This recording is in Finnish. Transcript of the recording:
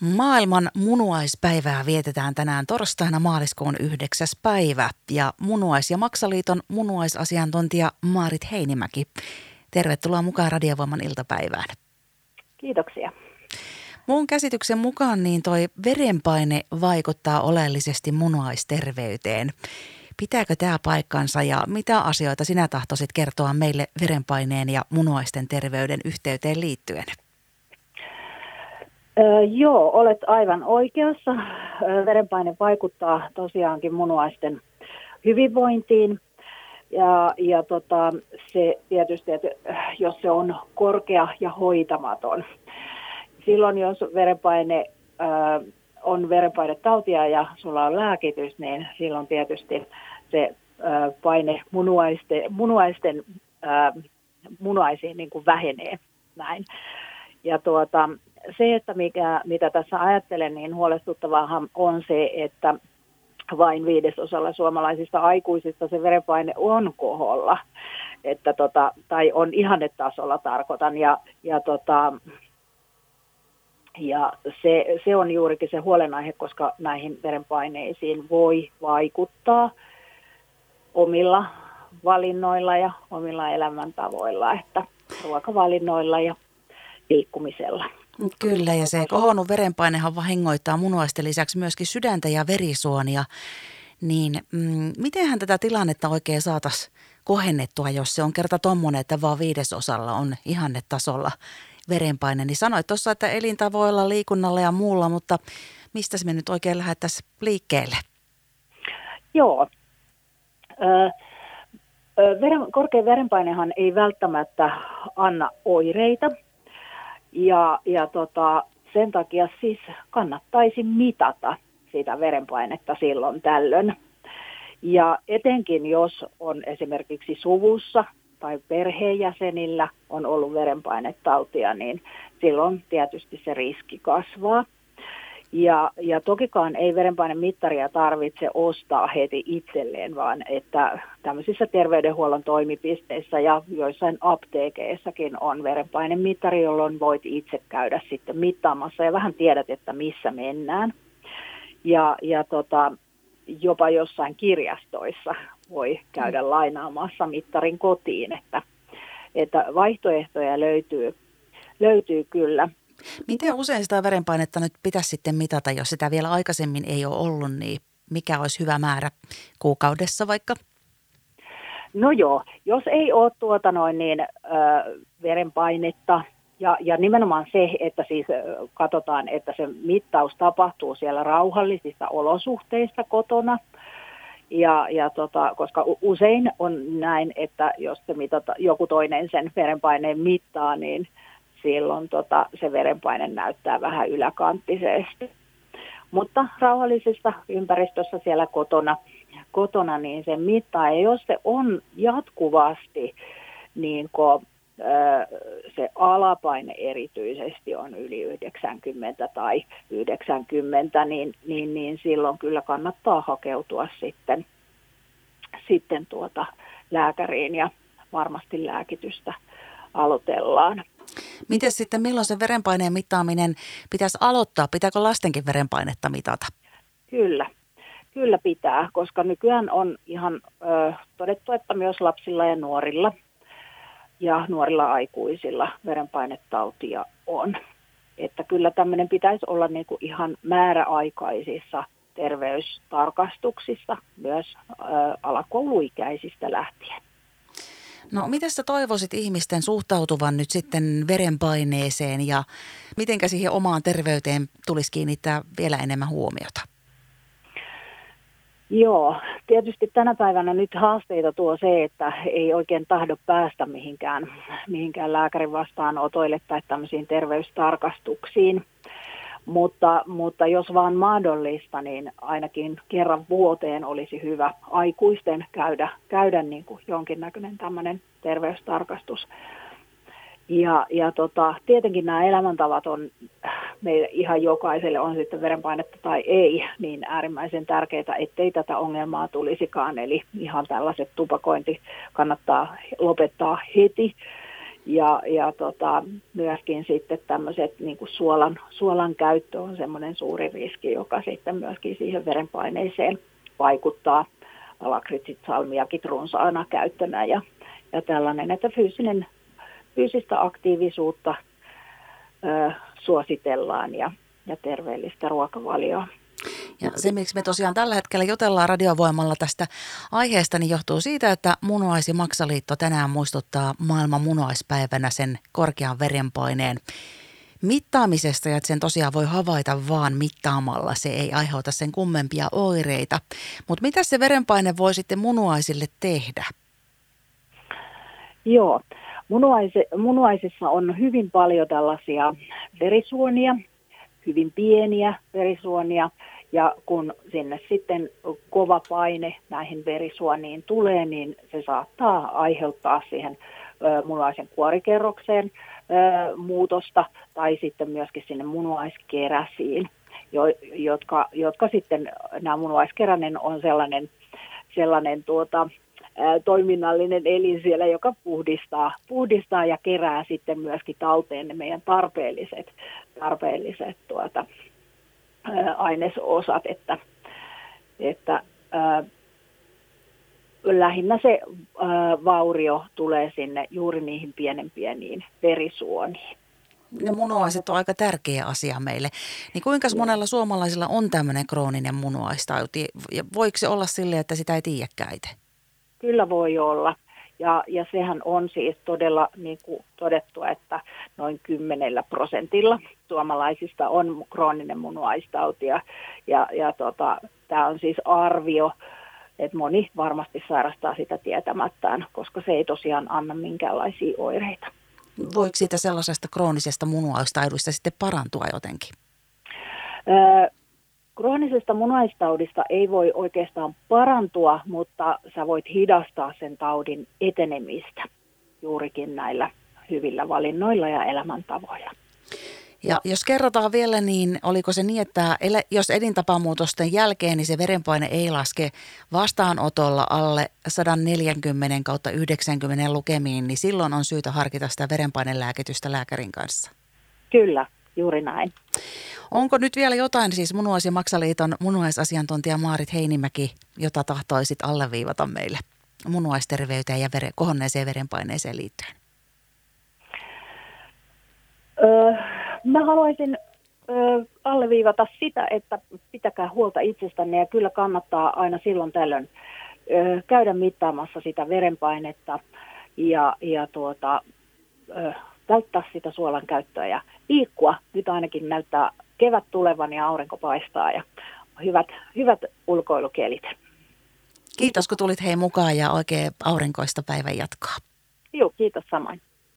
Maailman munuaispäivää vietetään tänään torstaina maaliskuun 9. päivä ja Munuais- ja Maksaliiton munuaisasiantuntija Maarit Heinimäki. Tervetuloa mukaan Radiovoiman iltapäivään. Kiitoksia. Mun käsityksen mukaan niin toi verenpaine vaikuttaa oleellisesti munuaisterveyteen. Pitääkö tämä paikkansa ja mitä asioita sinä tahtoisit kertoa meille verenpaineen ja munuaisten terveyden yhteyteen liittyen? Joo, olet aivan oikeassa. Verenpaine vaikuttaa tosiaankin munuaisten hyvinvointiin. Ja se tietysti, että jos se on korkea ja hoitamaton. Silloin jos verenpaine on verenpainetautia ja sulla on lääkitys, niin silloin tietysti se paine munuaisiin niin kuin vähenee näin. Ja se, että mitä tässä ajattelen, niin huolestuttavaahan on se, että vain 5% suomalaisista aikuisista se verenpaine on koholla, että tai on ihannetasolla tarkoitan, ja se on juurikin se huolenaihe, koska näihin verenpaineisiin voi vaikuttaa omilla valinnoilla ja omilla elämäntavoilla, että ruokavalinnoilla ja liikkumisella. Kyllä, ja se kohonnut verenpainehan vahingoittaa munuaisten lisäksi myöskin sydäntä ja verisuonia. Niin mitenhän tätä tilannetta oikein saataisiin kohennettua, jos se on kerta tommoinen, että vaan 5% on ihannetasolla verenpaine? Niin sanoit tuossa, että elintavoilla, liikunnalla ja muulla, mutta mistä me nyt oikein lähdettäisiin liikkeelle? Joo. Korkea verenpainehan ei välttämättä anna oireita. Ja sen takia siis kannattaisi mitata sitä verenpainetta silloin tällöin. Ja etenkin jos on esimerkiksi suvussa tai perheenjäsenillä on ollut verenpainetautia, niin silloin tietysti se riski kasvaa. Ja tokikaan ei verenpainemittaria tarvitse ostaa heti itselleen, vaan että tämmöisissä terveydenhuollon toimipisteissä ja joissain apteekeissakin on verenpainemittari, jolloin voit itse käydä sitten mittaamassa ja vähän tiedät, että missä mennään. Ja jopa jossain kirjastoissa voi käydä lainaamassa mittarin kotiin, että vaihtoehtoja löytyy kyllä. Miten usein sitä verenpainetta nyt pitäisi sitten mitata, jos sitä vielä aikaisemmin ei ole ollut, niin mikä olisi hyvä määrä kuukaudessa vaikka? No joo, jos ei ole verenpainetta ja nimenomaan se, että siis katsotaan, että se mittaus tapahtuu siellä rauhallisissa olosuhteissa kotona. Koska usein on näin, että jos se joku toinen sen verenpaineen mittaa, niin silloin se verenpaine näyttää vähän yläkanttisesti. Mutta rauhallisessa ympäristössä siellä kotona niin se mittaa. Ja jos se on jatkuvasti, niin se alapaine erityisesti on yli 90 tai 90, niin silloin kyllä kannattaa hakeutua sitten lääkäriin ja varmasti lääkitystä aloitellaan. Miten sitten, milloin se verenpaineen mittaaminen pitäisi aloittaa? Pitääkö lastenkin verenpainetta mitata? Kyllä pitää, koska nykyään on ihan todettu, että myös lapsilla ja nuorilla aikuisilla verenpainetautia on. Että kyllä tämmöinen pitäisi olla niin kuin ihan määräaikaisissa terveystarkastuksissa myös alakouluikäisistä lähtien. No miten sä toivoisit ihmisten suhtautuvan nyt sitten verenpaineeseen ja mitenkä siihen omaan terveyteen tulisi kiinnittää vielä enemmän huomiota? Joo, tietysti tänä päivänä nyt haasteita tuo se, että ei oikein tahdo päästä mihinkään lääkärin vastaanotoille tai tämmöisiin terveystarkastuksiin. Mutta jos vaan mahdollista, niin ainakin kerran vuoteen olisi hyvä aikuisten käydä niin kuin jonkinnäköinen tämmöinen terveystarkastus. Ja tietenkin nämä elämäntavat on meille ihan jokaiselle, on sitten verenpainetta tai ei, niin äärimmäisen tärkeää, ettei tätä ongelmaa tulisikaan. Eli ihan tällaiset tupakointi kannattaa lopettaa heti. Myöskin sitten tämmöiset niin kuin suolan käyttö on semmoinen suuri riski, joka sitten myöskin siihen verenpaineeseen vaikuttaa. Lakritsit, salmiakit runsaana käyttönä ja tällainen, että fyysistä aktiivisuutta suositellaan ja terveellistä ruokavalioa. Ja se, miksi me tosiaan tällä hetkellä jutellaan Radiovoimalla tästä aiheesta, niin johtuu siitä, että Munuais- ja Maksaliitto tänään muistuttaa maailman munuaispäivänä sen korkean verenpaineen mittaamisesta ja että sen tosiaan voi havaita vaan mittaamalla. Se ei aiheuta sen kummempia oireita. Mutta mitä se verenpaine voi sitten munuaisille tehdä? Joo, munuaisissa on hyvin paljon tällaisia verisuonia, hyvin pieniä verisuonia, ja kun sinne sitten kova paine näihin verisuoniin tulee, niin se saattaa aiheuttaa siihen munuaisen kuorikerrokseen muutosta, tai sitten myöskin sinne munuaiskeräsiin, jotka sitten, nämä munuaiskeränen on sellainen toiminnallinen elin siellä, joka puhdistaa ja kerää sitten myöskin talteen ne meidän tarpeelliset ainesosat, että lähinnä se vaurio tulee sinne juuri niihin pieniin verisuoniin. Ne munuaiset on aika tärkeä asia meille. Niin kuinka monella suomalaisilla on tämmöinen krooninen munuaistauti? Ja voiko se olla silleen, että sitä ei tiedäkään itse? Kyllä voi olla. Ja sehän on siis todella niin kuin todettu, että noin 10% suomalaisista on krooninen munuaistauti. Tämä on siis arvio, että moni varmasti sairastaa sitä tietämättään, koska se ei tosiaan anna minkäänlaisia oireita. Voiko siitä sellaisesta kroonisesta munuaistaudusta sitten parantua jotenkin? Kroonisesta munuaistaudista ei voi oikeastaan parantua, mutta sä voit hidastaa sen taudin etenemistä juurikin näillä hyvillä valinnoilla ja elämäntavoilla. Ja jos kerrotaan vielä, niin oliko se niin, että jos elintapamuutosten jälkeen niin se verenpaine ei laske vastaanotolla alle 140/90 lukemiin, niin silloin on syytä harkita sitä verenpainelääkitystä lääkärin kanssa? Kyllä, juuri näin. Onko nyt vielä jotain, siis Munuais- ja Maksaliiton munuaisasiantuntija Maarit Heinimäki, jota tahtoisit alleviivata meille munuaisterveyteen ja kohonneeseen verenpaineeseen liittyen? Mä haluaisin alleviivata sitä, että pitäkää huolta itsestänne ja kyllä kannattaa aina silloin tällöin käydä mittaamassa sitä verenpainetta ja välttää sitä suolan käyttöä ja liikkua. Nyt ainakin näyttää kevät tulevan ja aurinko paistaa ja hyvät ulkoilukelit. Kiitos kun tulit mukaan ja oikein aurinkoista päivän jatkoa. Joo, kiitos samoin.